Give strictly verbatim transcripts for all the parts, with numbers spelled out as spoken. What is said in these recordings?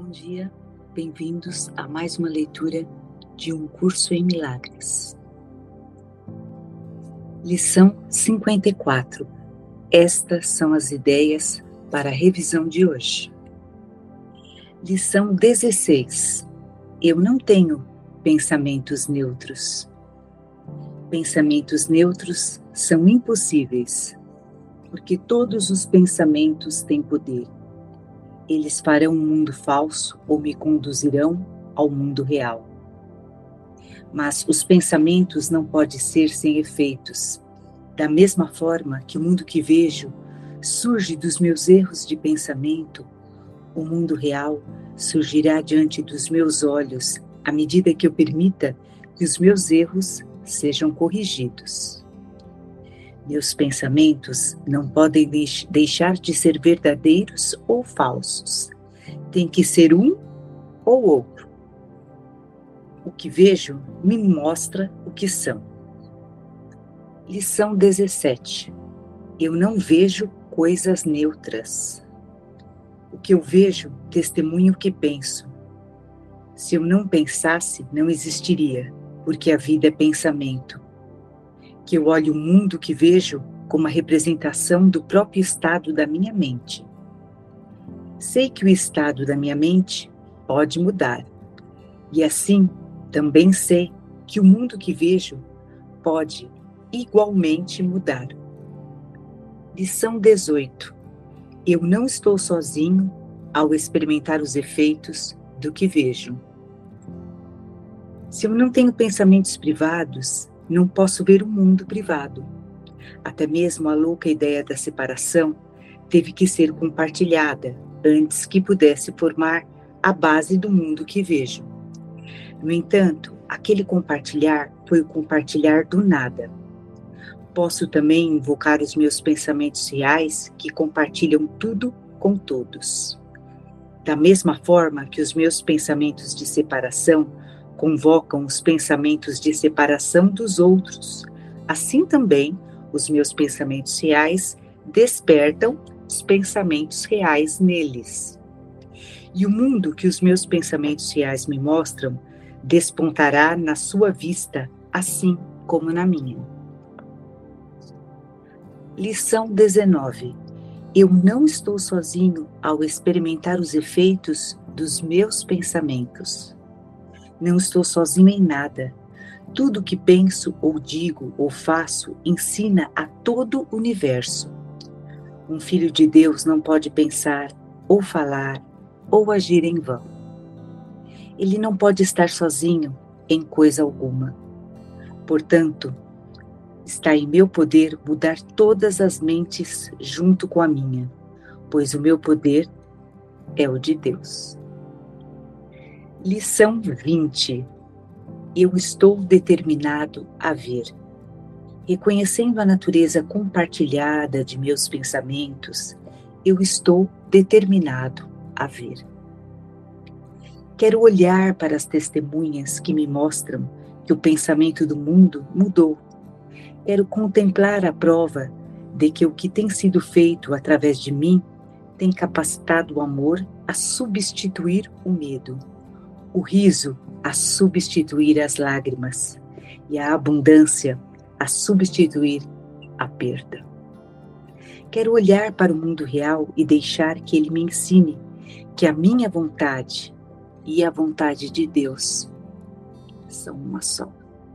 Bom dia, bem-vindos a mais uma leitura de Um Curso em Milagres. Lição cinquenta e quatro. Estas são as ideias para a revisão de hoje. Lição dezesseis. Eu não tenho pensamentos neutros. Pensamentos neutros são impossíveis, porque todos os pensamentos têm poder. Eles farão um mundo falso ou me conduzirão ao mundo real. Mas os pensamentos não podem ser sem efeitos. Da mesma forma que o mundo que vejo surge dos meus erros de pensamento, o mundo real surgirá diante dos meus olhos à medida que eu permita que os meus erros sejam corrigidos. Meus pensamentos não podem deixar de ser verdadeiros ou falsos. Tem que ser um ou outro. O que vejo me mostra o que são. Lição dezessete. Eu não vejo coisas neutras. O que eu vejo testemunha o que penso. Se eu não pensasse, não existiria, porque a vida é pensamento. Que eu olho o mundo que vejo como a representação do próprio estado da minha mente. Sei que o estado da minha mente pode mudar. E assim, também sei que o mundo que vejo pode igualmente mudar. Lição dezoito. Eu não estou sozinho ao experimentar os efeitos do que vejo. Se eu não tenho pensamentos privados, não posso ver o mundo privado. Até mesmo a louca ideia da separação teve que ser compartilhada antes que pudesse formar a base do mundo que vejo. No entanto, aquele compartilhar foi o compartilhar do nada. Posso também invocar os meus pensamentos reais que compartilham tudo com todos. Da mesma forma que os meus pensamentos de separação convocam os pensamentos de separação dos outros, assim também os meus pensamentos reais despertam os pensamentos reais neles. E o mundo que os meus pensamentos reais me mostram despontará na sua vista, assim como na minha. Lição dezenove. Eu não estou sozinho ao experimentar os efeitos dos meus pensamentos. Não estou sozinho em nada. Tudo o que penso ou digo ou faço ensina a todo o universo. Um filho de Deus não pode pensar, ou falar, ou agir em vão. Ele não pode estar sozinho em coisa alguma. Portanto, está em meu poder mudar todas as mentes junto com a minha, pois o meu poder é o de Deus. Lição vinte. Eu estou determinado a ver. Reconhecendo a natureza compartilhada de meus pensamentos, eu estou determinado a ver. Quero olhar para as testemunhas que me mostram que o pensamento do mundo mudou. Quero contemplar a prova de que o que tem sido feito através de mim tem capacitado o amor a substituir o medo, o riso a substituir as lágrimas e a abundância a substituir a perda. Quero olhar para o mundo real e deixar que ele me ensine que a minha vontade e a vontade de Deus são uma só.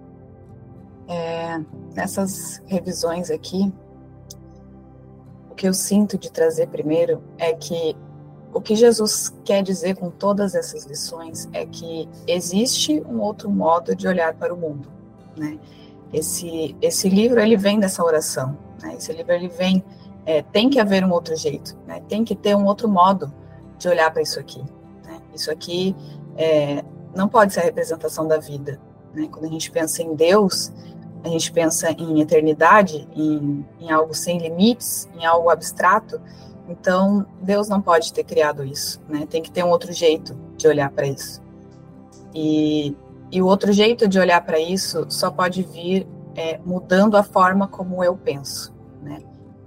É, nessas revisões aqui, o que eu sinto de trazer primeiro é que o que Jesus quer dizer com todas essas lições é que existe um outro modo de olhar para o mundo, né? Esse, esse livro, ele vem dessa oração, né? Esse livro, ele vem, é, tem que haver um outro jeito, né? Tem que ter um outro modo de olhar para isso aqui, né? Isso aqui é, não pode ser a representação da vida, né? Quando a gente pensa em Deus, a gente pensa em eternidade, em, em algo sem limites, em algo abstrato. Então, Deus não pode ter criado isso, né? Tem que ter um outro jeito de olhar para isso. E, e o outro jeito de olhar para isso só pode vir é, mudando a forma como eu penso, né?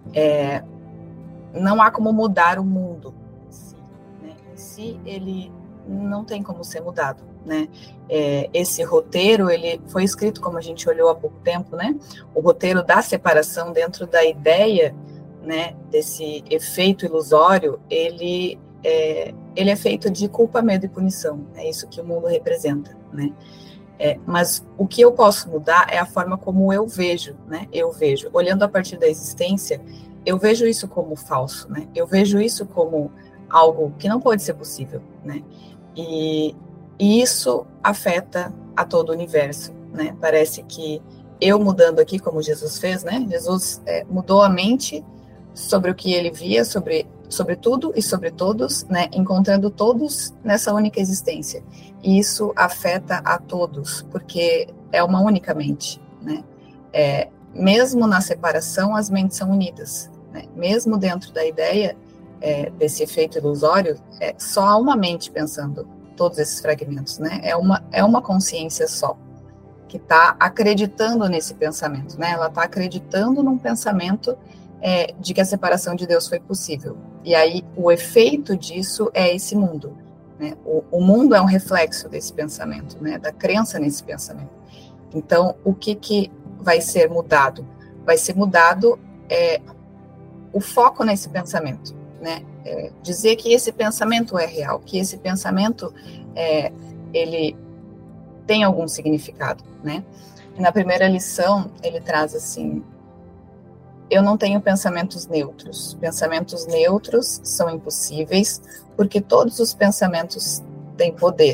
É, não há como mudar o mundo em si, né? Em si, ele não tem como ser mudado, né? É, esse roteiro, ele foi escrito, como a gente olhou há pouco tempo, né? O roteiro da separação dentro da ideia, né, desse efeito ilusório, ele é, ele é feito de culpa, medo e punição. É isso que o mundo representa, né? É, mas o que eu posso mudar é a forma como eu vejo, né? Eu vejo, olhando a partir da existência, eu vejo isso como falso, né? Eu vejo isso como algo que não pode ser possível, né? E, e isso afeta a todo o universo, né? Parece que eu mudando aqui, como Jesus fez, né? Jesus é, mudou a mente sobre o que ele via, sobre, sobre tudo e sobre todos, né? Encontrando todos nessa única existência. E isso afeta a todos, porque é uma única mente, né? É, mesmo na separação, as mentes são unidas, né? Mesmo dentro da ideia é, desse efeito ilusório, é, só há uma mente pensando todos esses fragmentos, né? É uma, é uma consciência só, que está acreditando nesse pensamento, né? Ela está acreditando num pensamento é, de que a separação de Deus foi possível. E aí, o efeito disso é esse mundo, né? O, o mundo é um reflexo desse pensamento, né? Da crença nesse pensamento. Então, o que, que vai ser mudado? Vai ser mudado é, o foco nesse pensamento, né? É, dizer que esse pensamento é real, que esse pensamento é, ele tem algum significado, né? E na primeira lição ele traz assim: eu não tenho pensamentos neutros. Pensamentos neutros são impossíveis porque todos os pensamentos têm poder.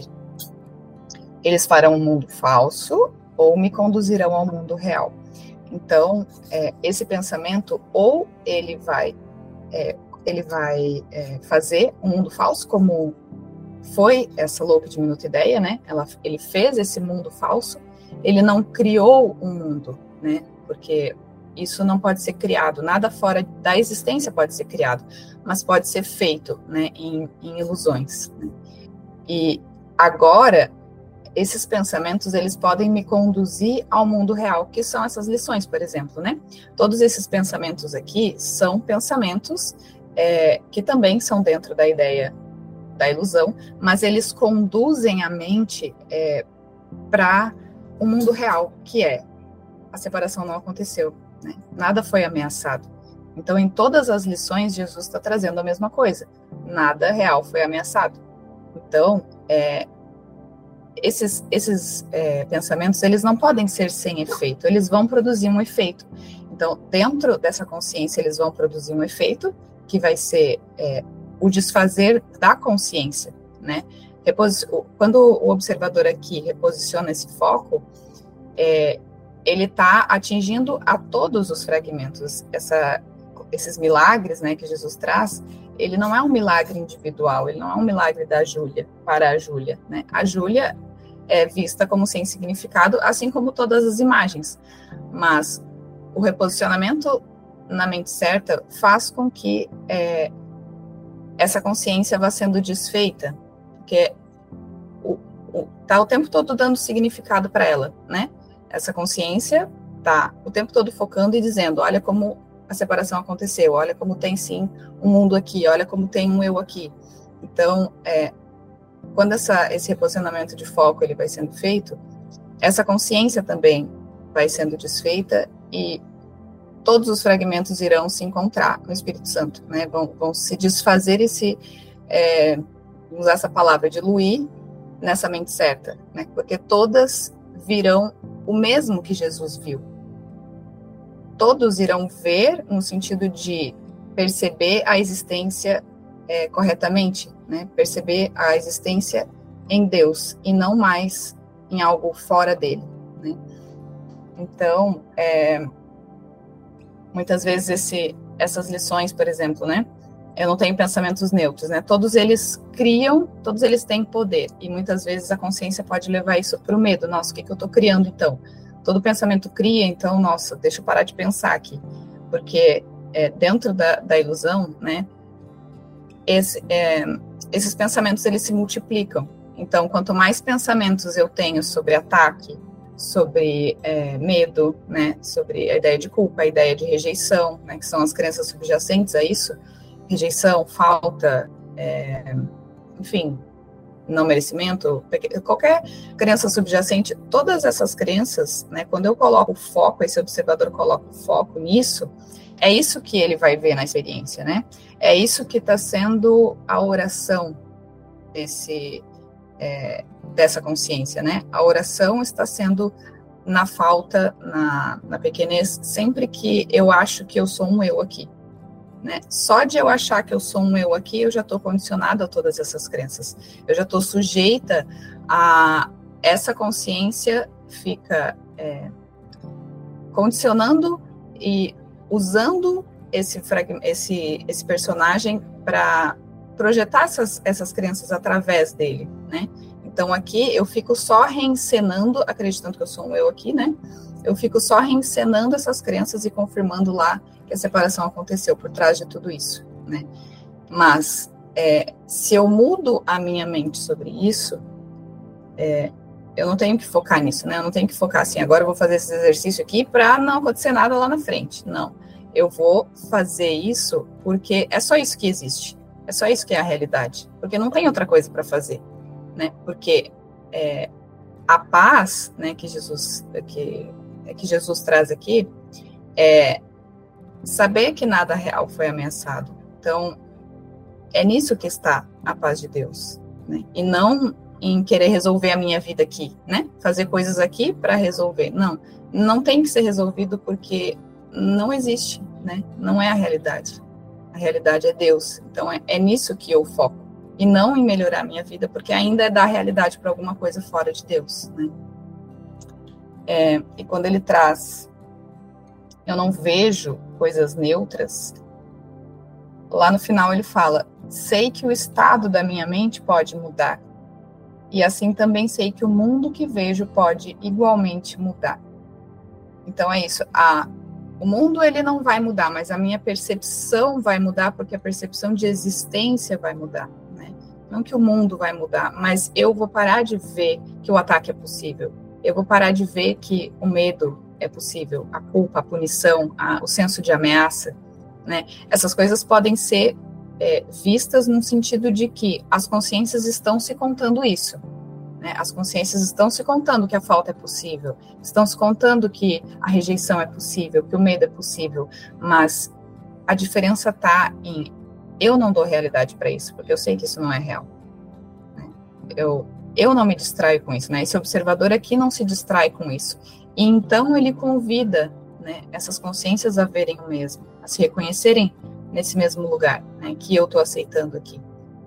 Eles farão um mundo falso ou me conduzirão ao mundo real. Então, é, esse pensamento, ou ele vai, é, ele vai é, fazer um mundo falso, como foi essa louca diminuta ideia, né? Ela, ele fez esse mundo falso, ele não criou um mundo, né? Porque isso não pode ser criado, nada fora da existência pode ser criado, mas pode ser feito, né, em, em ilusões, né? E agora, esses pensamentos, eles podem me conduzir ao mundo real, que são essas lições, por exemplo, né? Todos esses pensamentos aqui são pensamentos é, que também são dentro da ideia da ilusão, mas eles conduzem a mente é, para o mundo real, que é a separação não aconteceu, né? Nada foi ameaçado. Então, em todas as lições, Jesus está trazendo a mesma coisa. Nada real foi ameaçado. Então, é, esses, esses é, pensamentos, eles não podem ser sem efeito, eles vão produzir um efeito. Então, dentro dessa consciência, eles vão produzir um efeito, que vai ser é, o desfazer da consciência, né? Quando o observador aqui reposiciona esse foco, é, ele está atingindo a todos os fragmentos. Essa, esses milagres, né, que Jesus traz, ele não é um milagre individual, ele não é um milagre da Júlia, para a Júlia, né? A Júlia é vista como sem significado, assim como todas as imagens. Mas o reposicionamento na mente certa faz com que é, essa consciência vá sendo desfeita, porque o, o, tá o tempo todo dando significado para ela, né? Essa consciência tá o tempo todo focando e dizendo, olha como a separação aconteceu, olha como tem sim um mundo aqui, olha como tem um eu aqui. Então, é, quando essa, esse reposicionamento de foco ele vai sendo feito, essa consciência também vai sendo desfeita e todos os fragmentos irão se encontrar no Espírito Santo, né? Vão, vão se desfazer e se, é, usar essa palavra, diluir nessa mente certa, né? Porque todas virão o mesmo que Jesus viu. Todos irão ver no sentido de perceber a existência é, corretamente, né? Perceber a existência em Deus e não mais em algo fora dele, né? Então, é, muitas vezes esse, essas lições, por exemplo, né? Eu não tenho pensamentos neutros, né? Todos eles criam, todos eles têm poder. E muitas vezes a consciência pode levar isso para o medo. Nossa, o que, que eu estou criando, então? Todo pensamento cria, então, nossa, deixa eu parar de pensar aqui. Porque é, dentro da, da ilusão, né? Esse, é, esses pensamentos, eles se multiplicam. Então, quanto mais pensamentos eu tenho sobre ataque, sobre é, medo, né? Sobre a ideia de culpa, a ideia de rejeição, né? Que são as crenças subjacentes a isso, rejeição, falta, é, enfim, não merecimento, qualquer crença subjacente, todas essas crenças, né, quando eu coloco o foco, esse observador coloca o foco nisso, é isso que ele vai ver na experiência, né? É isso que está sendo a oração desse, é, dessa consciência, né? A oração está sendo na falta, na, na pequenez, sempre que eu acho que eu sou um eu aqui, né? Só de eu achar que eu sou um eu aqui, eu já estou condicionada a todas essas crenças. Eu já estou sujeita a essa consciência fica é, condicionando e usando esse, esse, esse personagem para projetar essas, essas crenças através dele, né? Então, aqui, eu fico só reencenando, acreditando que eu sou um eu aqui, né? Eu fico só reencenando essas crenças e confirmando lá que a separação aconteceu por trás de tudo isso, né? Mas, é, se eu mudo a minha mente sobre isso, é, eu não tenho que focar nisso, né? Eu não tenho que focar assim, agora eu vou fazer esse exercício aqui para não acontecer nada lá na frente. Não. Eu vou fazer isso porque é só isso que existe. É só isso que é a realidade. Porque não tem outra coisa para fazer, né? Porque é, a paz, né, que Jesus, que, que Jesus traz aqui é saber que nada real foi ameaçado. Então, é nisso que está a paz de Deus, né? E não em querer resolver a minha vida aqui, né? Fazer coisas aqui para resolver. Não, não tem que ser resolvido porque não existe, né? Não é a realidade. A realidade é Deus. Então, é, é nisso que eu foco. E não em melhorar a minha vida, porque ainda é dar realidade para alguma coisa fora de Deus, né? É, e quando ele traz, eu não vejo coisas neutras, lá no final ele fala, sei que o estado da minha mente pode mudar. E assim também sei que o mundo que vejo pode igualmente mudar. Então é isso. A, o mundo ele não vai mudar, mas a minha percepção vai mudar, porque a percepção de existência vai mudar, né? Não que o mundo vai mudar, mas eu vou parar de ver que o ataque é possível. Eu vou parar de ver que o medo é possível, a culpa, a punição, a, o senso de ameaça, né? Essas coisas podem ser É, vistas no sentido de que as consciências estão se contando isso, né? As consciências estão se contando que a falta é possível, estão se contando que a rejeição é possível, que o medo é possível, mas a diferença está em eu não dou realidade para isso, porque eu sei que isso não é real, né? eu, eu não me distraio com isso, né? Esse observador aqui não se distrai com isso, e então ele convida, né, essas consciências a verem o mesmo, a se reconhecerem nesse mesmo lugar, né, que eu estou aceitando aqui.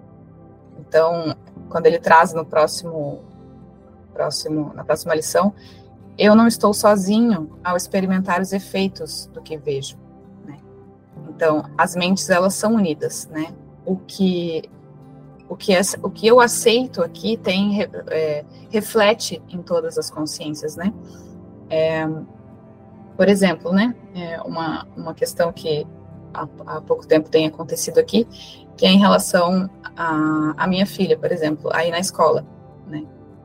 Então, quando ele traz no próximo, próximo, na próxima lição, eu não estou sozinho ao experimentar os efeitos do que vejo, né? Então, as mentes, elas são unidas, né? O que, o que, é, o que eu aceito aqui tem, é, reflete em todas as consciências, né? É, por exemplo, né, é uma, uma questão que há, há pouco tempo tem acontecido aqui, que é em relação à a, a minha filha, por exemplo, aí na escola, né?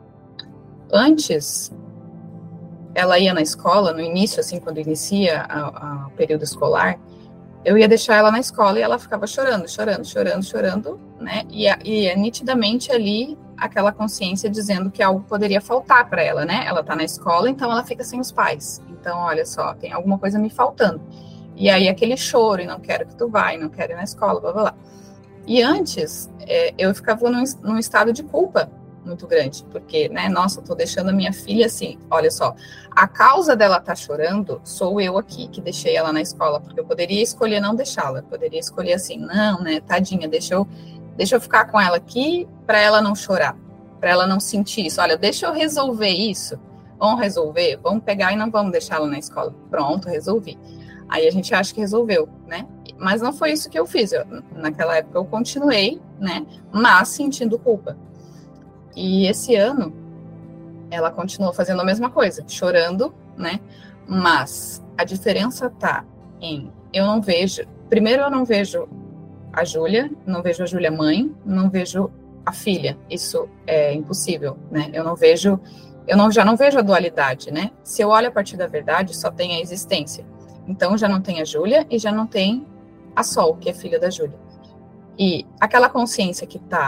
Antes, ela ia na escola, no início, assim, quando inicia o período escolar, eu ia deixar ela na escola e ela ficava chorando, chorando, chorando, chorando, né? E, e é nitidamente ali aquela consciência dizendo que algo poderia faltar para ela, né? Ela tá na escola, então ela fica sem os pais. Então, olha só, tem alguma coisa me faltando. E aí aquele choro, e não quero que tu vá, e não quero ir na escola, blá, blá, blá. E antes, é, eu ficava num, num estado de culpa muito grande, porque, né, nossa, eu tô deixando a minha filha assim, olha só, a causa dela tá chorando sou eu aqui, que deixei ela na escola, porque eu poderia escolher não deixá-la, eu poderia escolher assim, não, né, tadinha, deixa eu, deixa eu ficar com ela aqui para ela não chorar, para ela não sentir isso, olha, deixa eu resolver isso, vamos resolver, vamos pegar e não vamos deixá-la na escola, pronto, resolvi. Aí a gente acha que resolveu, né? Mas não foi isso que eu fiz. Eu, naquela época eu continuei, né? Mas sentindo culpa. E esse ano, ela continuou fazendo a mesma coisa, chorando, né? Mas a diferença tá em, eu não vejo, primeiro eu não vejo a Júlia, não vejo a Júlia mãe, não vejo a filha. Isso é impossível, né? Eu não vejo, eu não, já não vejo a dualidade, né? Se eu olho a partir da verdade, só tem a existência. Então, já não tem a Júlia e já não tem a Sol, que é filha da Júlia. E aquela consciência que está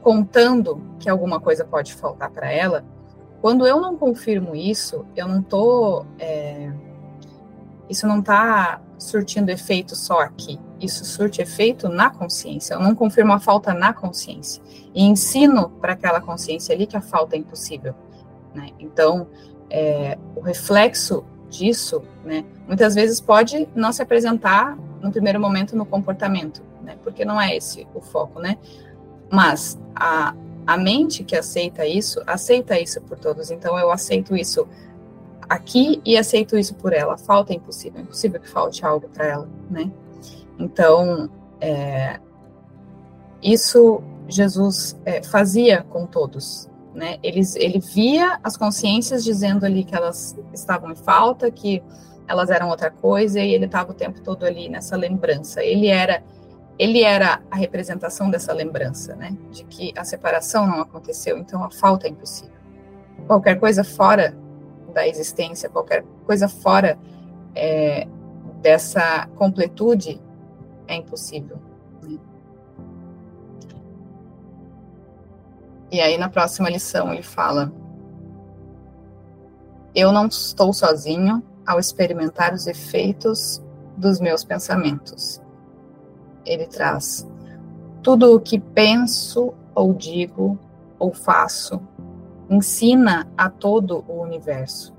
contando que alguma coisa pode faltar para ela, quando eu não confirmo isso, eu não tô, é, isso não está surtindo efeito só aqui, isso surte efeito na consciência, eu não confirmo a falta na consciência, e ensino para aquela consciência ali que a falta é impossível, né? Então, é, o reflexo disso, né, muitas vezes pode não se apresentar no primeiro momento no comportamento, né, porque não é esse o foco, né? Mas a, a mente que aceita isso, aceita isso por todos. Então, eu aceito isso aqui e aceito isso por ela. Falta é impossível, é impossível que falte algo para ela, né? Então, é, isso Jesus é, fazia com todos, né? Eles, ele via as consciências dizendo ali que elas estavam em falta, que elas eram outra coisa, e ele estava o tempo todo ali nessa lembrança. Ele era Ele era a representação dessa lembrança, né? De que a separação não aconteceu, então a falta é impossível. Qualquer coisa fora da existência, qualquer coisa fora é, dessa completude é impossível, né? E aí na próxima lição ele fala: eu não estou sozinho ao experimentar os efeitos dos meus pensamentos. Ele traz: tudo o que penso, ou digo, ou faço, ensina a todo o universo.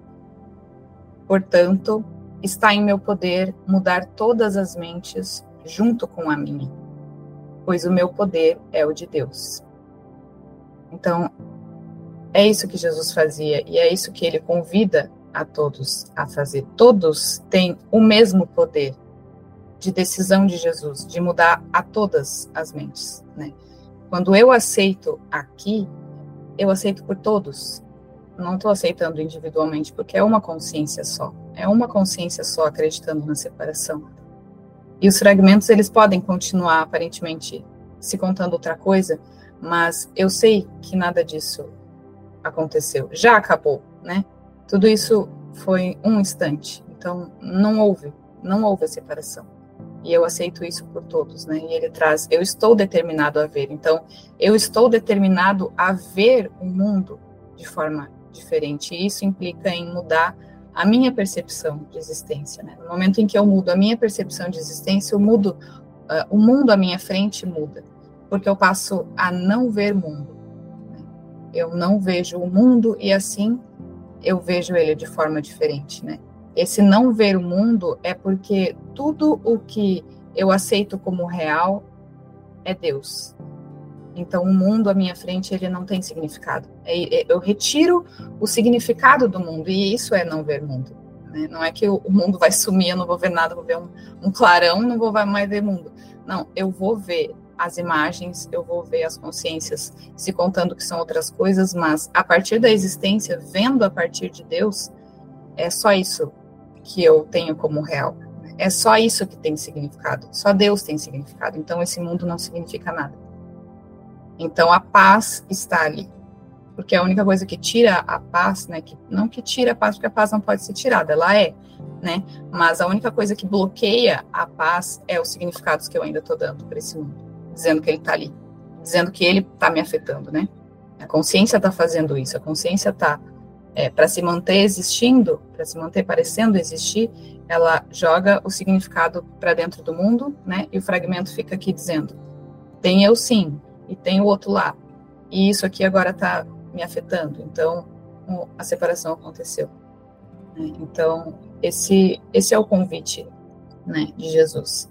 Portanto, está em meu poder mudar todas as mentes junto com a minha, pois o meu poder é o de Deus. Então, é isso que Jesus fazia, e é isso que ele convida a todos a fazer. Todos têm o mesmo poder de decisão de Jesus, de mudar a todas as mentes, né? Quando eu aceito aqui, eu aceito por todos. Não estou aceitando individualmente, porque é uma consciência só. É uma consciência só acreditando na separação. E os fragmentos, eles podem continuar, aparentemente, se contando outra coisa, mas eu sei que nada disso aconteceu. Já acabou, né? Tudo isso foi um instante. Então, não houve, não houve a separação. E eu aceito isso por todos, né? E ele traz: eu estou determinado a ver. Então, eu estou determinado a ver o mundo de forma diferente. E isso implica em mudar a minha percepção de existência, né? No momento em que eu mudo a minha percepção de existência, eu mudo, uh, o mundo à minha frente muda. Porque eu passo a não ver mundo, né? Eu não vejo o mundo e assim eu vejo ele de forma diferente, né? Esse não ver o mundo é porque tudo o que eu aceito como real é Deus. Então, o mundo à minha frente, ele não tem significado. Eu retiro o significado do mundo, e isso é não ver mundo, né? Não é que o mundo vai sumir, eu não vou ver nada, vou ver um, um clarão, não vou mais ver mundo. Não, eu vou ver as imagens, eu vou ver as consciências se contando que são outras coisas, mas a partir da existência, vendo a partir de Deus, é só isso que eu tenho como real. É só isso que tem significado. Só Deus tem significado. Então, esse mundo não significa nada. Então, a paz está ali. Porque a única coisa que tira a paz, né, que, não que tira a paz, porque a paz não pode ser tirada, ela é, né? Mas a única coisa que bloqueia a paz é os significados que eu ainda estou dando para esse mundo. Dizendo que ele está ali. Dizendo que ele está me afetando, né? A consciência está fazendo isso. A consciência está... É, para se manter existindo, para se manter parecendo existir, ela joga o significado para dentro do mundo, né? E o fragmento fica aqui dizendo: tem eu sim, e tem o outro lá. E isso aqui agora está me afetando. Então, a separação aconteceu, né? Então, esse, esse é o convite, né, de Jesus.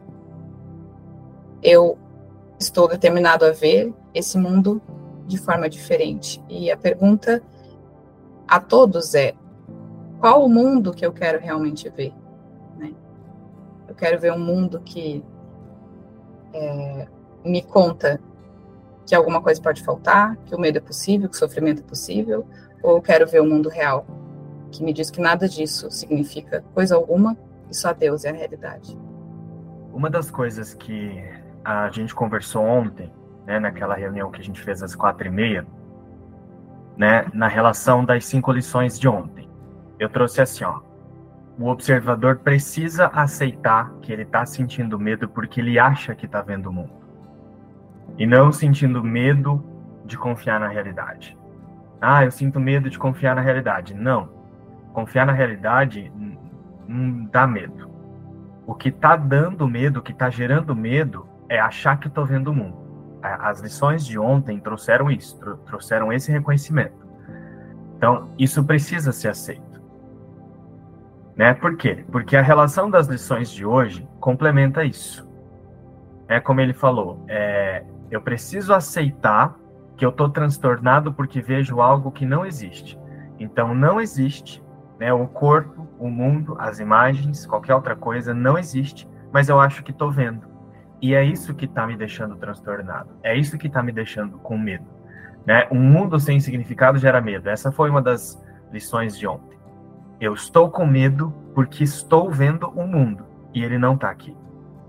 Eu estou determinado a ver esse mundo de forma diferente. E a pergunta a todos é: qual o mundo que eu quero realmente ver, né? Eu quero ver um mundo que é, me conta que alguma coisa pode faltar, que o medo é possível, que o sofrimento é possível, ou eu quero ver o mundo real, que me diz que nada disso significa coisa alguma e só Deus é a realidade. Uma das coisas que a gente conversou ontem, né, naquela reunião que a gente fez às quatro e meia, né, na relação das cinco lições de ontem, eu trouxe assim, ó: o observador precisa aceitar que ele está sentindo medo porque ele acha que está vendo o mundo. e não sentindo medo de confiar na realidade. Ah, eu sinto medo de confiar na realidade. Não. Confiar na realidade não dá medo. O que está dando medo, o que está gerando medo, é achar que estou vendo o mundo. As lições de ontem trouxeram isso, trouxeram esse reconhecimento. Então, isso precisa ser aceito. Né? Por quê? Porque a relação das lições de hoje complementa isso. É como ele falou, é, eu preciso aceitar que eu estou transtornado porque vejo algo que não existe. Então, não existe, né, o corpo, o mundo, as imagens, qualquer outra coisa não existe, mas eu acho que estou vendo. E é isso que está me deixando transtornado. É isso que está me deixando com medo. Né? Um mundo sem significado gera medo. Essa foi uma das lições de ontem. Eu estou com medo porque estou vendo o mundo e ele não está aqui.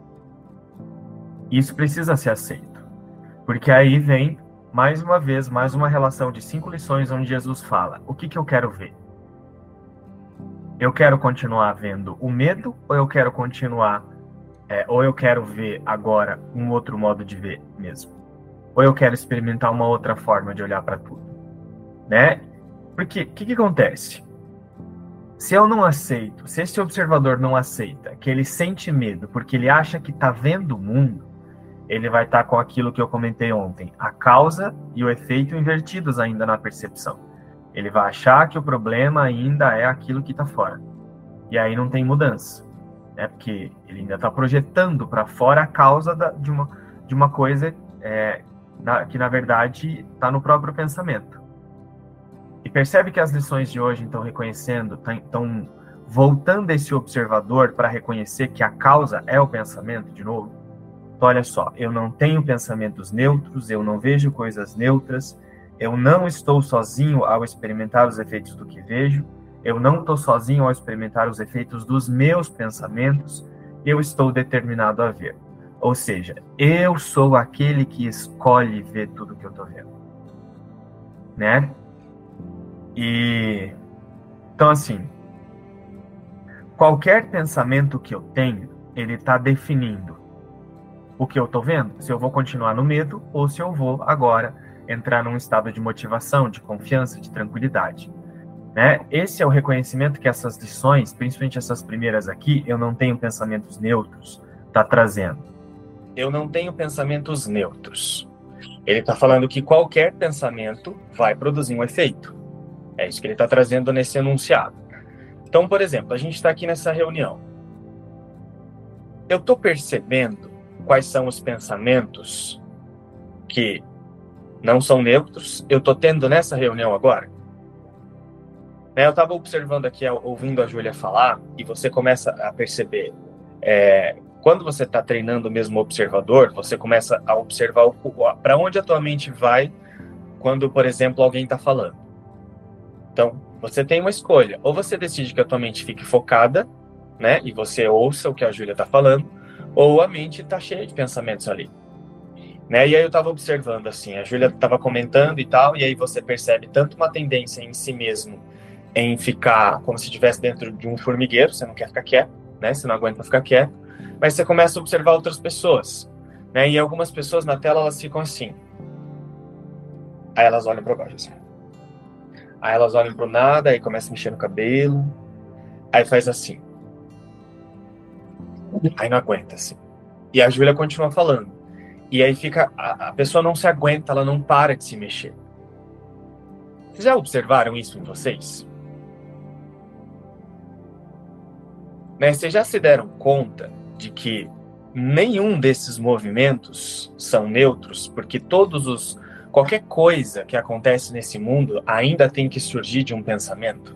Isso precisa ser aceito. Porque aí vem, mais uma vez, mais uma relação de cinco lições onde Jesus fala: o que, que eu quero ver? Eu quero continuar vendo o medo ou eu quero continuar, é, ou eu quero ver agora um outro modo de ver mesmo? Ou eu quero experimentar uma outra forma de olhar para tudo? Né? Porque o que, que acontece? Se eu não aceito, se esse observador não aceita que ele sente medo porque ele acha que está vendo o mundo, ele vai estar tá com aquilo que eu comentei ontem, a causa e o efeito invertidos ainda na percepção. Ele vai achar que o problema ainda é aquilo que está fora. E aí não tem mudança. Né? Porque ele ainda está projetando para fora a causa da, de, uma, de uma coisa é, na, que, na verdade, está no próprio pensamento. E percebe que as lições de hoje estão reconhecendo, estão voltando esse observador para reconhecer que a causa é o pensamento de novo? Então, olha só, eu não tenho pensamentos neutros, eu não vejo coisas neutras, eu não estou sozinho ao experimentar os efeitos do que vejo, eu não estou sozinho ao experimentar os efeitos dos meus pensamentos, eu estou determinado a ver. Ou seja, eu sou aquele que escolhe ver tudo que eu estou vendo. Né? E então, assim, qualquer pensamento que eu tenho, ele está definindo o que eu estou vendo, se eu vou continuar no medo ou se eu vou agora entrar num estado de motivação, de confiança, de tranquilidade. Né? Esse é o reconhecimento que essas lições, principalmente essas primeiras aqui, eu não tenho pensamentos neutros, está trazendo. Eu não tenho pensamentos neutros. Ele está falando que qualquer pensamento vai produzir um efeito. É isso que ele está trazendo nesse enunciado. Então, por exemplo, a gente está aqui nessa reunião. Eu estou percebendo quais são os pensamentos que não são neutros, eu estou tendo nessa reunião agora. Eu estava observando aqui, ouvindo a Júlia falar, e você começa a perceber, é, quando você está treinando mesmo o observador, você começa a observar para onde a tua mente vai quando, por exemplo, alguém está falando. Então, você tem uma escolha. Ou você decide que a tua mente fique focada, né, e você ouça o que a Júlia está falando, ou a mente está cheia de pensamentos ali. Né? E aí eu estava observando, assim, a Júlia estava comentando e tal, e aí você percebe tanto uma tendência em si mesmo, em ficar como se estivesse dentro de um formigueiro, você não quer ficar quieto, né? Você não aguenta ficar quieto, mas você começa a observar outras pessoas, né? E algumas pessoas na tela, elas ficam assim. Aí elas olham para baixo, assim. Aí elas olham para o nada, aí começa a mexer no cabelo, aí faz assim. Aí não aguenta, assim. E a Júlia continua falando. E aí fica, a, a pessoa não se aguenta, ela não para de se mexer. Vocês já observaram isso em vocês? Né? Vocês já se deram conta de que nenhum desses movimentos são neutros, porque todos os, qualquer coisa que acontece nesse mundo ainda tem que surgir de um pensamento?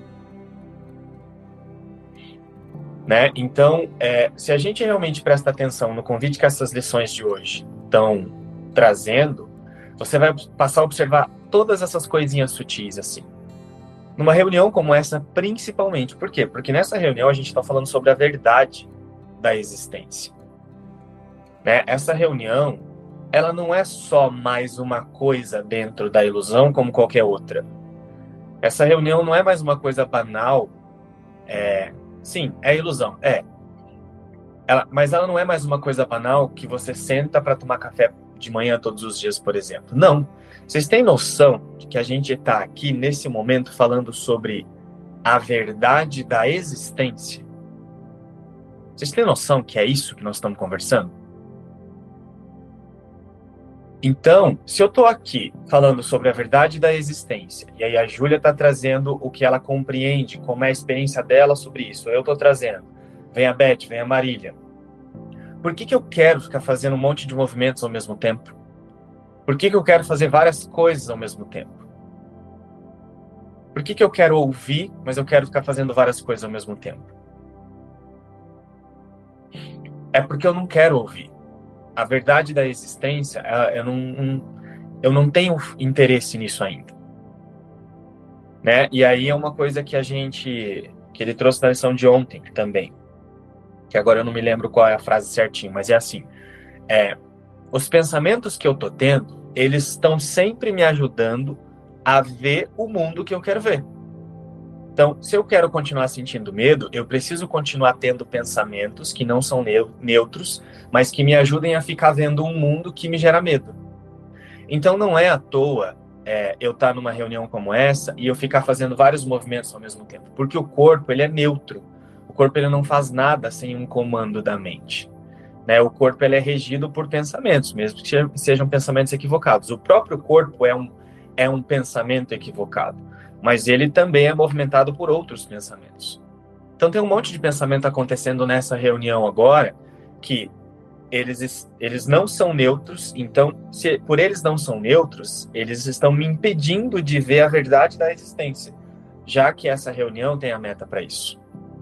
Né? Então, é, se a gente realmente presta atenção no convite que essas lições de hoje estão trazendo, você vai passar a observar todas essas coisinhas sutis, assim. Numa reunião como essa, principalmente. Por quê? Porque nessa reunião a gente está falando sobre a verdade da existência. Né? Essa reunião, ela não é só mais uma coisa dentro da ilusão como qualquer outra. Essa reunião não é mais uma coisa banal. É, sim, é ilusão, é. Ela, mas ela não é mais uma coisa banal que você senta para tomar café de manhã todos os dias, por exemplo. Não. Vocês têm noção de que a gente está aqui, nesse momento, falando sobre a verdade da existência? Vocês têm noção que é isso que nós estamos conversando? Então, se eu estou aqui falando sobre a verdade da existência, e aí a Júlia está trazendo o que ela compreende, como é a experiência dela sobre isso, eu estou trazendo, vem a Beth, vem a Marília. Por que que eu quero ficar fazendo um monte de movimentos ao mesmo tempo? Por que que eu quero fazer várias coisas ao mesmo tempo? Por que que eu quero ouvir, mas eu quero ficar fazendo várias coisas ao mesmo tempo? É porque eu não quero ouvir. A verdade da existência, eu não, eu não tenho interesse nisso ainda. Né? E aí é uma coisa que a gente, que ele trouxe na lição de ontem também, que agora eu não me lembro qual é a frase certinho, mas é assim, é, os pensamentos que eu tô tendo, eles estão sempre me ajudando a ver o mundo que eu quero ver. Então, se eu quero continuar sentindo medo, eu preciso continuar tendo pensamentos que não são neutros, mas que me ajudem a ficar vendo um mundo que me gera medo. Então, não é à toa é, eu estar numa reunião como essa e eu ficar fazendo vários movimentos ao mesmo tempo, porque o corpo, ele é neutro. O corpo, ele não faz nada sem um comando da mente. Né? O corpo, ele é regido por pensamentos, mesmo que sejam pensamentos equivocados. O próprio corpo é um, é um pensamento equivocado, mas ele também é movimentado por outros pensamentos. Então tem um monte de pensamento acontecendo nessa reunião agora, que eles, eles não são neutros, então, se por eles não são neutros, eles estão me impedindo de ver a verdade da existência, já que essa reunião tem a meta para isso.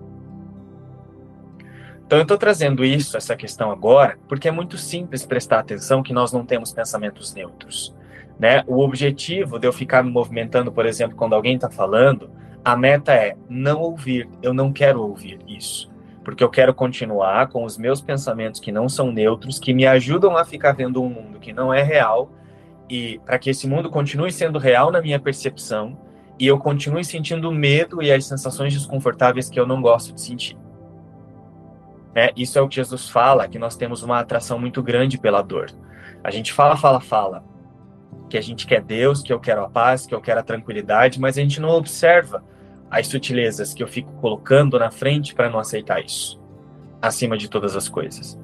Então eu estou trazendo isso, essa questão agora, porque é muito simples prestar atenção que nós não temos pensamentos neutros. Né? O objetivo de eu ficar me movimentando, por exemplo, quando alguém está falando, a meta é não ouvir, eu não quero ouvir isso, porque eu quero continuar com os meus pensamentos que não são neutros, que me ajudam a ficar vendo um mundo que não é real, e para que esse mundo continue sendo real na minha percepção, e eu continue sentindo medo e as sensações desconfortáveis que eu não gosto de sentir. Né? Isso é o que Jesus fala, que nós temos uma atração muito grande pela dor. A gente fala, fala, fala, que a gente quer Deus, que eu quero a paz, que eu quero a tranquilidade, mas a gente não observa as sutilezas que eu fico colocando na frente para não aceitar isso, acima de todas as coisas.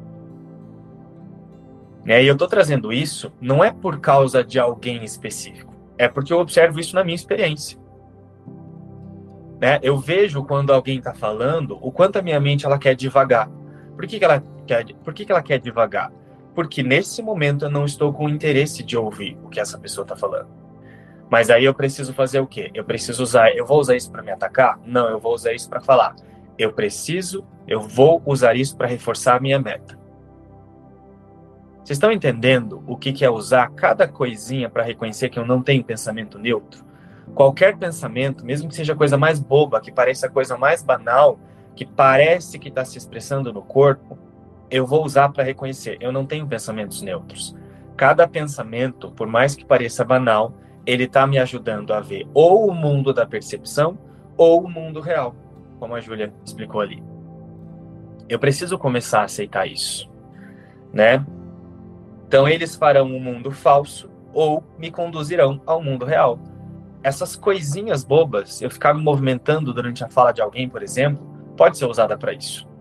E eu estou trazendo isso, não é por causa de alguém específico, é porque eu observo isso na minha experiência. Né? Eu vejo quando alguém está falando, o quanto a minha mente ela quer devagar. Por que, que, ela, quer, por que, que ela quer devagar? Porque nesse momento eu não estou com interesse de ouvir o que essa pessoa está falando. Mas aí eu preciso fazer o quê? Eu preciso usar, eu vou usar isso para me atacar? Não, eu vou usar isso para falar. Eu preciso, eu vou usar isso para reforçar a minha meta. Vocês estão entendendo o que, que é usar cada coisinha para reconhecer que eu não tenho pensamento neutro? Qualquer pensamento, mesmo que seja a coisa mais boba, que pareça a coisa mais banal, que parece que está se expressando no corpo, eu vou usar para reconhecer, eu não tenho pensamentos neutros. Cada pensamento, por mais que pareça banal, ele está me ajudando a ver ou o mundo da percepção ou o mundo real, como a Júlia explicou ali. Eu preciso começar a aceitar isso, né? Então eles farão um mundo falso ou me conduzirão ao mundo real. Essas coisinhas bobas, eu ficar me movimentando durante a fala de alguém, por exemplo, pode ser usada para isso.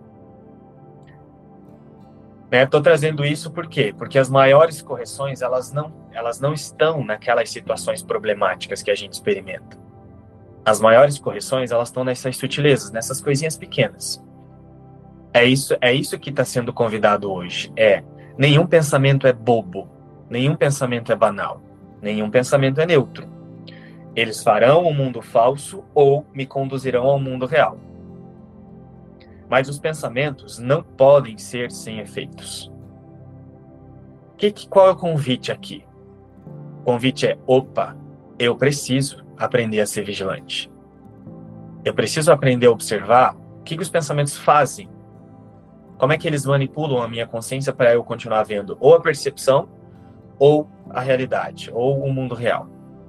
Estou né? trazendo isso por quê? Porque as maiores correções, elas não, elas não estão naquelas situações problemáticas que a gente experimenta. As maiores correções, elas estão nessas sutilezas, nessas coisinhas pequenas. É isso, é isso que está sendo convidado hoje. É, nenhum pensamento é bobo, nenhum pensamento é banal, nenhum pensamento é neutro. Eles farão um mundo falso ou me conduzirão ao mundo real. Mas os pensamentos não podem ser sem efeitos. Que, que, qual é o convite aqui? O convite é, opa, eu preciso aprender a ser vigilante. Eu preciso aprender a observar o que, que os pensamentos fazem. Como é que eles manipulam a minha consciência para eu continuar vendo ou a percepção, ou a realidade, ou o mundo real.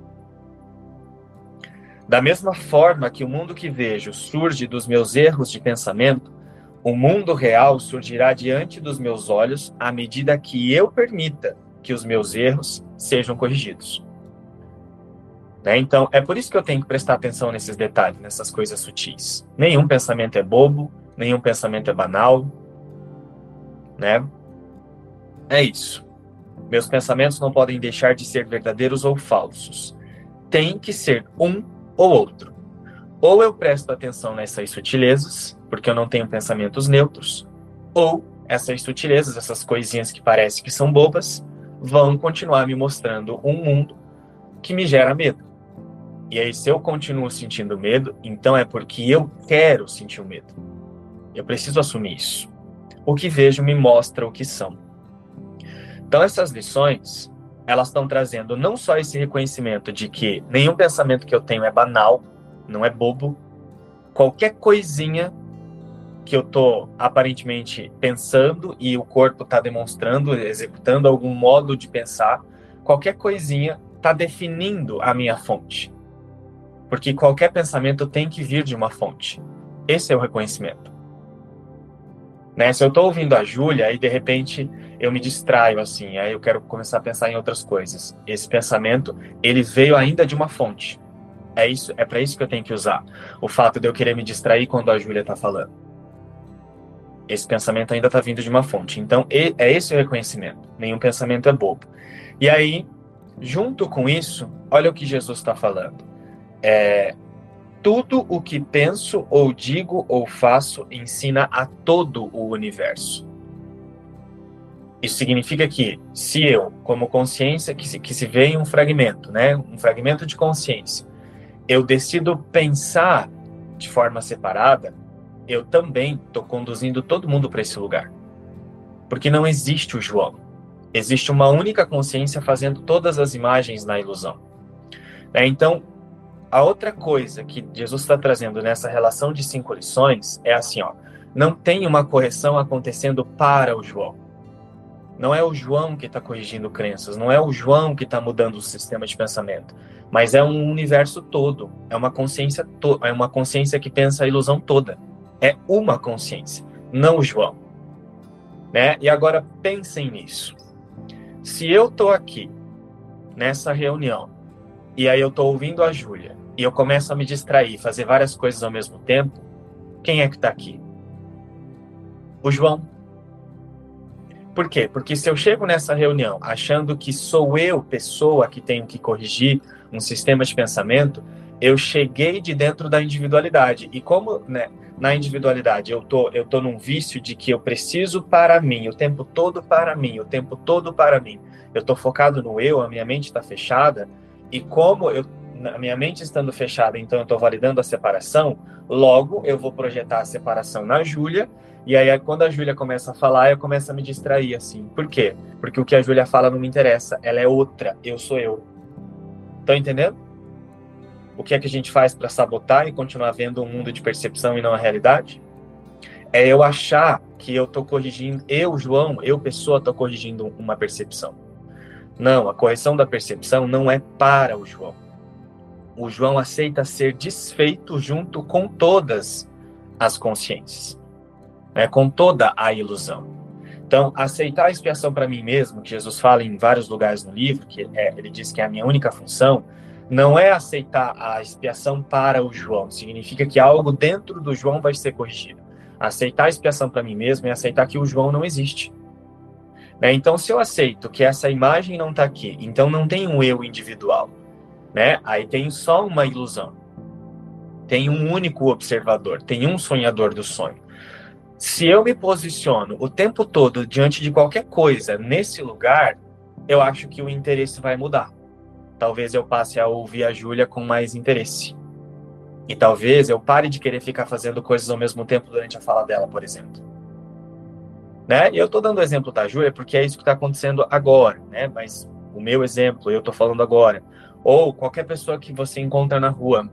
Da mesma forma que o mundo que vejo surge dos meus erros de pensamento, o mundo real surgirá diante dos meus olhos à medida que eu permita que os meus erros sejam corrigidos. Né? Então, é por isso que eu tenho que prestar atenção nesses detalhes, nessas coisas sutis. Nenhum pensamento é bobo, nenhum pensamento é banal, né? É isso. Meus pensamentos não podem deixar de ser verdadeiros ou falsos. Tem que ser um ou outro. Ou eu presto atenção nessas sutilezas, porque eu não tenho pensamentos neutros, ou essas sutilezas, essas coisinhas que parecem que são bobas, vão continuar me mostrando um mundo que me gera medo. E aí, se eu continuo sentindo medo, então é porque eu quero sentir o medo. Eu preciso assumir isso. O que vejo me mostra o que são. Então, essas lições, elas estão trazendo não só esse reconhecimento de que nenhum pensamento que eu tenho é banal, não é bobo. Qualquer coisinha que eu estou aparentemente pensando e o corpo está demonstrando, executando algum modo de pensar, qualquer coisinha está definindo a minha fonte. Porque qualquer pensamento tem que vir de uma fonte. Esse é o reconhecimento. Né? Se eu estou ouvindo a Júlia, aí de repente eu me distraio assim, aí eu quero começar a pensar em outras coisas. Esse pensamento, ele veio ainda de uma fonte. É isso, é para isso que eu tenho que usar o fato de eu querer me distrair quando a Júlia está falando. Esse pensamento ainda está vindo de uma fonte. Então, é esse o reconhecimento. Nenhum pensamento é bobo. E aí, junto com isso, olha o que Jesus está falando. É, tudo o que penso, ou digo, ou faço, ensina a todo o universo. Isso significa que, se eu, como consciência, que se, que se vê em um fragmento, né, um fragmento de consciência, eu decido pensar de forma separada, eu também estou conduzindo todo mundo para esse lugar. Porque não existe o João. Existe uma única consciência fazendo todas as imagens na ilusão. É, então, a outra coisa que Jesus está trazendo nessa relação de cinco lições é assim, ó, não tem uma correção acontecendo para o João. Não é o João que está corrigindo crenças, não é o João que está mudando o sistema de pensamento, mas é um universo todo, é uma consciência to- é uma consciência que pensa a ilusão toda. É uma consciência, não o João. Né? E agora pensem nisso. Se eu estou aqui, nessa reunião, e aí eu estou ouvindo a Júlia, e eu começo a me distrair, fazer várias coisas ao mesmo tempo, quem é que está aqui? O João. Por quê? Porque se eu chego nessa reunião achando que sou eu, pessoa, que tenho que corrigir um sistema de pensamento, eu cheguei de dentro da individualidade. E como, né, na individualidade eu tô, eu tô num vício de que eu preciso para mim, o tempo todo para mim, o tempo todo para mim. Eu tô focado no eu, a minha mente está fechada, e como eu, a minha mente estando fechada, então eu estou validando a separação, logo eu vou projetar a separação na Júlia, e aí quando a Júlia começa a falar, eu começo a me distrair, assim. Por quê? Porque o que a Júlia fala não me interessa, ela é outra, eu sou eu. Estão entendendo? O que é que a gente faz para sabotar e continuar vendo um mundo de percepção e não a realidade? É eu achar que eu estou corrigindo, eu, João, eu, pessoa, estou corrigindo uma percepção. Não, a correção da percepção não é para o João. O João aceita ser desfeito junto com todas as consciências, né, com toda a ilusão. Então, aceitar a expiação para mim mesmo, que Jesus fala em vários lugares no livro, que é, ele diz que é a minha única função, não é aceitar a expiação para o João. Significa que algo dentro do João vai ser corrigido. Aceitar a expiação para mim mesmo é aceitar que o João não existe. Né? Então, se eu aceito que essa imagem não está aqui, então não tem um eu individual, né? Aí tem só uma ilusão. Tem um único observador, tem um sonhador do sonho. Se eu me posiciono o tempo todo diante de qualquer coisa nesse lugar, eu acho que o interesse vai mudar. Talvez eu passe a ouvir a Júlia com mais interesse. E talvez eu pare de querer ficar fazendo coisas ao mesmo tempo durante a fala dela, por exemplo. Né? E eu estou dando o exemplo da Júlia porque é isso que está acontecendo agora, né? Mas o meu exemplo, eu estou falando agora. Ou qualquer pessoa que você encontra na rua.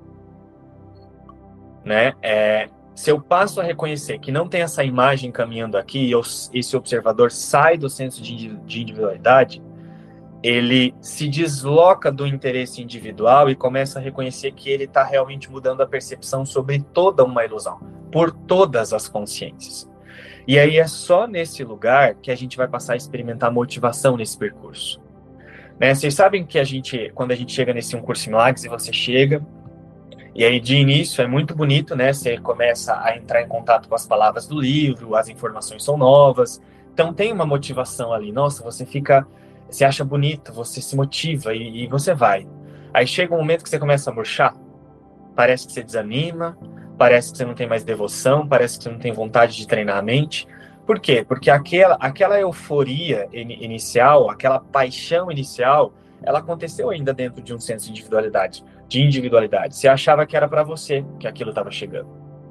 Né? É, se eu passo a reconhecer que não tem essa imagem caminhando aqui e eu, esse observador sai do senso de, de individualidade, ele se desloca do interesse individual e começa a reconhecer que ele está realmente mudando a percepção sobre toda uma ilusão, por todas as consciências. E aí é só nesse lugar que a gente vai passar a experimentar motivação nesse percurso. Né? Vocês sabem que a gente, quando a gente chega nesse Um Curso em Milagres, e você chega, e aí de início é muito bonito, né? Você começa a entrar em contato com as palavras do livro, as informações são novas, então tem uma motivação ali. Nossa, você fica, você acha bonito, você se motiva e, e você vai. Aí chega um momento que você começa a murchar, parece que você desanima, parece que você não tem mais devoção, parece que você não tem vontade de treinar a mente. Por quê? Porque aquela, aquela euforia in, inicial, aquela paixão inicial, ela aconteceu ainda dentro de um senso de individualidade. De individualidade. Você achava que era para você que aquilo estava chegando.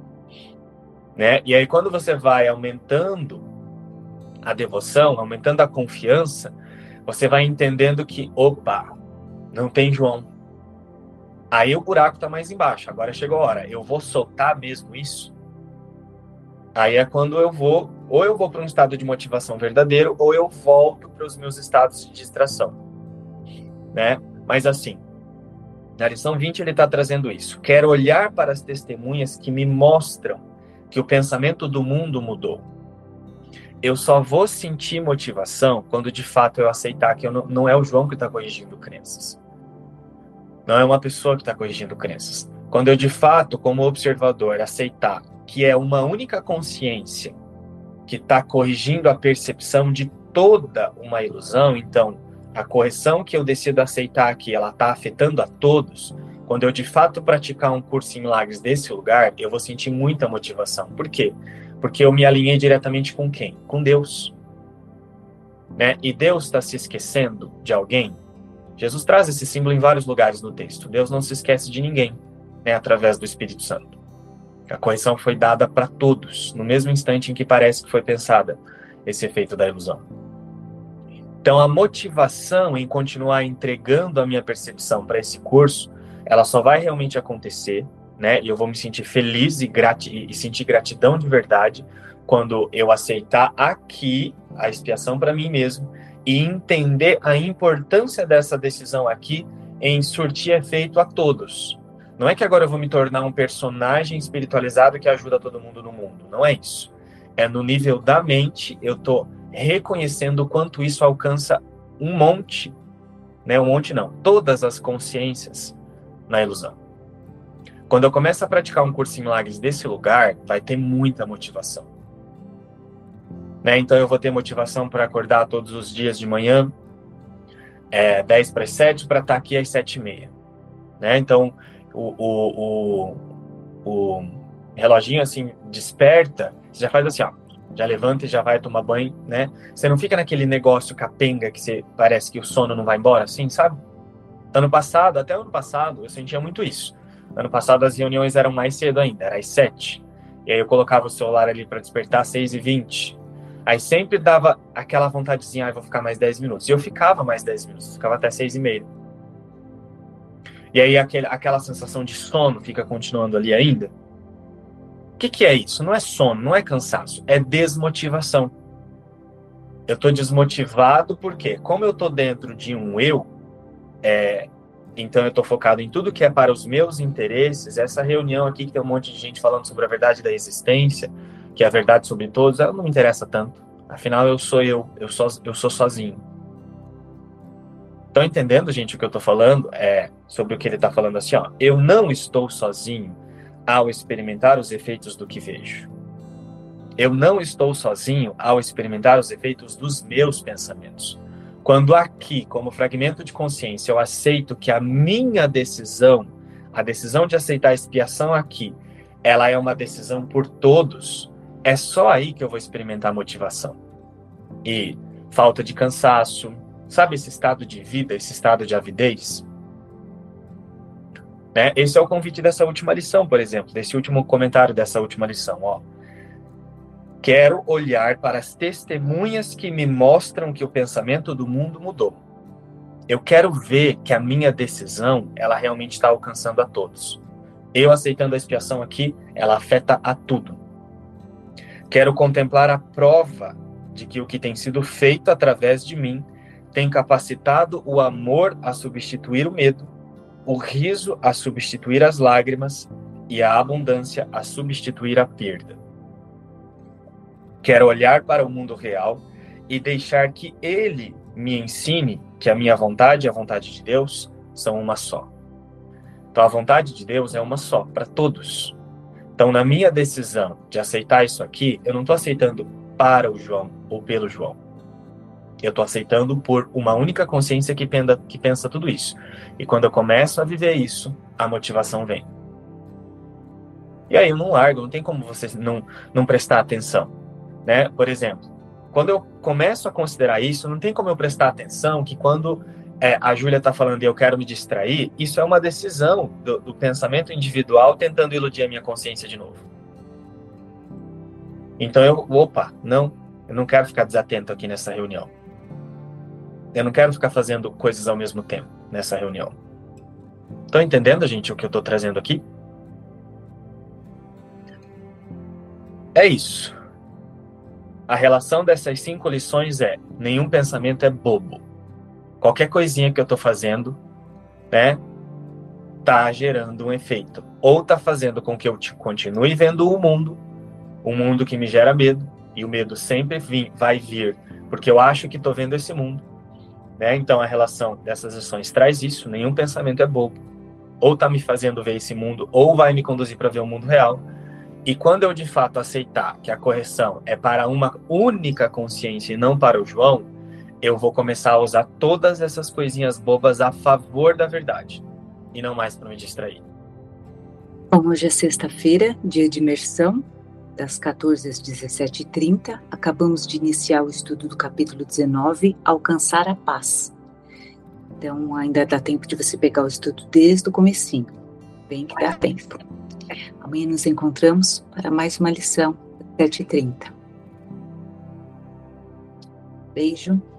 Né? E aí quando você vai aumentando a devoção, aumentando a confiança, você vai entendendo que, opa, não tem João. Aí o buraco está mais embaixo. Agora chegou a hora. Eu vou soltar mesmo isso? Aí é quando eu vou, ou eu vou para um estado de motivação verdadeiro, ou eu volto para os meus estados de distração. Né? Mas assim, na lição vinte ele está trazendo isso. Quero olhar para as testemunhas que me mostram que o pensamento do mundo mudou. Eu só vou sentir motivação quando de fato eu aceitar que eu não, não é o João que está corrigindo crenças. Não é uma pessoa que está corrigindo crenças. Quando eu, de fato, como observador, aceitar que é uma única consciência que está corrigindo a percepção de toda uma ilusão, então, a correção que eu decido aceitar aqui, ela está afetando a todos, quando eu, de fato, praticar um curso em milagres desse lugar, eu vou sentir muita motivação. Por quê? Porque eu me alinhei diretamente com quem? Com Deus. Né? E Deus está se esquecendo de alguém? Jesus traz esse símbolo em vários lugares no texto. Deus não se esquece de ninguém, né, através do Espírito Santo. A correção foi dada para todos, no mesmo instante em que parece que foi pensada esse efeito da ilusão. Então, a motivação em continuar entregando a minha percepção para esse curso, ela só vai realmente acontecer, né, e eu vou me sentir feliz e, grati- e sentir gratidão de verdade quando eu aceitar aqui a expiação para mim mesmo e entender a importância dessa decisão aqui em surtir efeito a todos. Não é que agora eu vou me tornar um personagem espiritualizado que ajuda todo mundo no mundo. Não é isso. É no nível da mente, eu estou reconhecendo o quanto isso alcança um monte, né? Um monte não, todas as consciências na ilusão. Quando eu começo a praticar um curso em milagres desse lugar, vai ter muita motivação. Né? Então eu vou ter motivação para acordar todos os dias de manhã, é, dez para as sete, para estar aqui às sete e meia. Né? Então o, o, o, o reloginho assim desperta, você já faz assim, ó, já levanta e já vai tomar banho, né? Você não fica naquele negócio capenga que você, parece que o sono não vai embora, assim, sabe? Ano passado, até ano passado, eu sentia muito isso. Ano passado as reuniões eram mais cedo ainda, era às sete. E aí eu colocava o celular ali para despertar às seis e vinte. Aí sempre dava aquela vontadezinha, ah, vou ficar mais dez minutos. E eu ficava mais dez minutos, ficava até seis e meia. E aí aquele, aquela sensação de sono fica continuando ali ainda. O que, que é isso? Não é sono, não é cansaço, é desmotivação. Eu estou desmotivado porque, como eu estou dentro de um eu, é, então eu estou focado em tudo que é para os meus interesses. Essa reunião aqui que tem um monte de gente falando sobre a verdade da existência, que é a verdade sobre todos, ela não me interessa tanto. Afinal, eu sou eu, eu sou, eu sou sozinho. Estão entendendo, gente, o que eu estou falando? É sobre o que ele está falando assim, ó. Eu não estou sozinho ao experimentar os efeitos do que vejo. Eu não estou sozinho ao experimentar os efeitos dos meus pensamentos. Quando aqui, como fragmento de consciência, eu aceito que a minha decisão, a decisão de aceitar a expiação aqui, ela é uma decisão por todos, é só aí que eu vou experimentar motivação. E falta de cansaço, sabe esse estado de vida, esse estado de avidez? Né? Esse é o convite dessa última lição, por exemplo, desse último comentário dessa última lição. Ó. Quero olhar para as testemunhas que me mostram que o pensamento do mundo mudou. Eu quero ver que a minha decisão, ela realmente está alcançando a todos. Eu aceitando a expiação aqui, ela afeta a tudo. Quero contemplar a prova de que o que tem sido feito através de mim tem capacitado o amor a substituir o medo, o riso a substituir as lágrimas e a abundância a substituir a perda. Quero olhar para o mundo real e deixar que ele me ensine que a minha vontade e a vontade de Deus são uma só. Então, a vontade de Deus é uma só, para todos. Então, na minha decisão de aceitar isso aqui, eu não estou aceitando para o João ou pelo João. Eu estou aceitando por uma única consciência que, penda, que pensa tudo isso. E quando eu começo a viver isso, a motivação vem. E aí eu não largo, não tem como você não, não prestar atenção, né? Por exemplo, quando eu começo a considerar isso, não tem como eu prestar atenção que quando é, a Júlia está falando e eu quero me distrair, isso é uma decisão do, do pensamento individual tentando iludir a minha consciência de novo. Então eu, opa, não, eu não quero ficar desatento aqui nessa reunião. Eu não quero ficar fazendo coisas ao mesmo tempo nessa reunião. Estão entendendo, gente, o que eu estou trazendo aqui? É isso. A relação dessas cinco lições é: nenhum pensamento é bobo. Qualquer coisinha que eu estou fazendo, né, tá gerando um efeito. Ou tá fazendo com que eu continue vendo o mundo, um mundo que me gera medo, e o medo sempre vim, vai vir, porque eu acho que estou vendo esse mundo. Né? Então, a relação dessas lições traz isso: nenhum pensamento é bobo. Ou tá me fazendo ver esse mundo, ou vai me conduzir para ver o mundo real. E quando eu, de fato, aceitar que a correção é para uma única consciência e não para o João, eu vou começar a usar todas essas coisinhas bobas a favor da verdade, e não mais para me distrair. Bom, hoje é sexta-feira, dia de imersão, das quatorze às dezessete e trinta. Acabamos de iniciar o estudo do capítulo dezenove, Alcançar a Paz. Então, ainda dá tempo de você pegar o estudo desde o comecinho. Bem que dá tempo. Amanhã nos encontramos para mais uma lição, às sete e trinta. Beijo.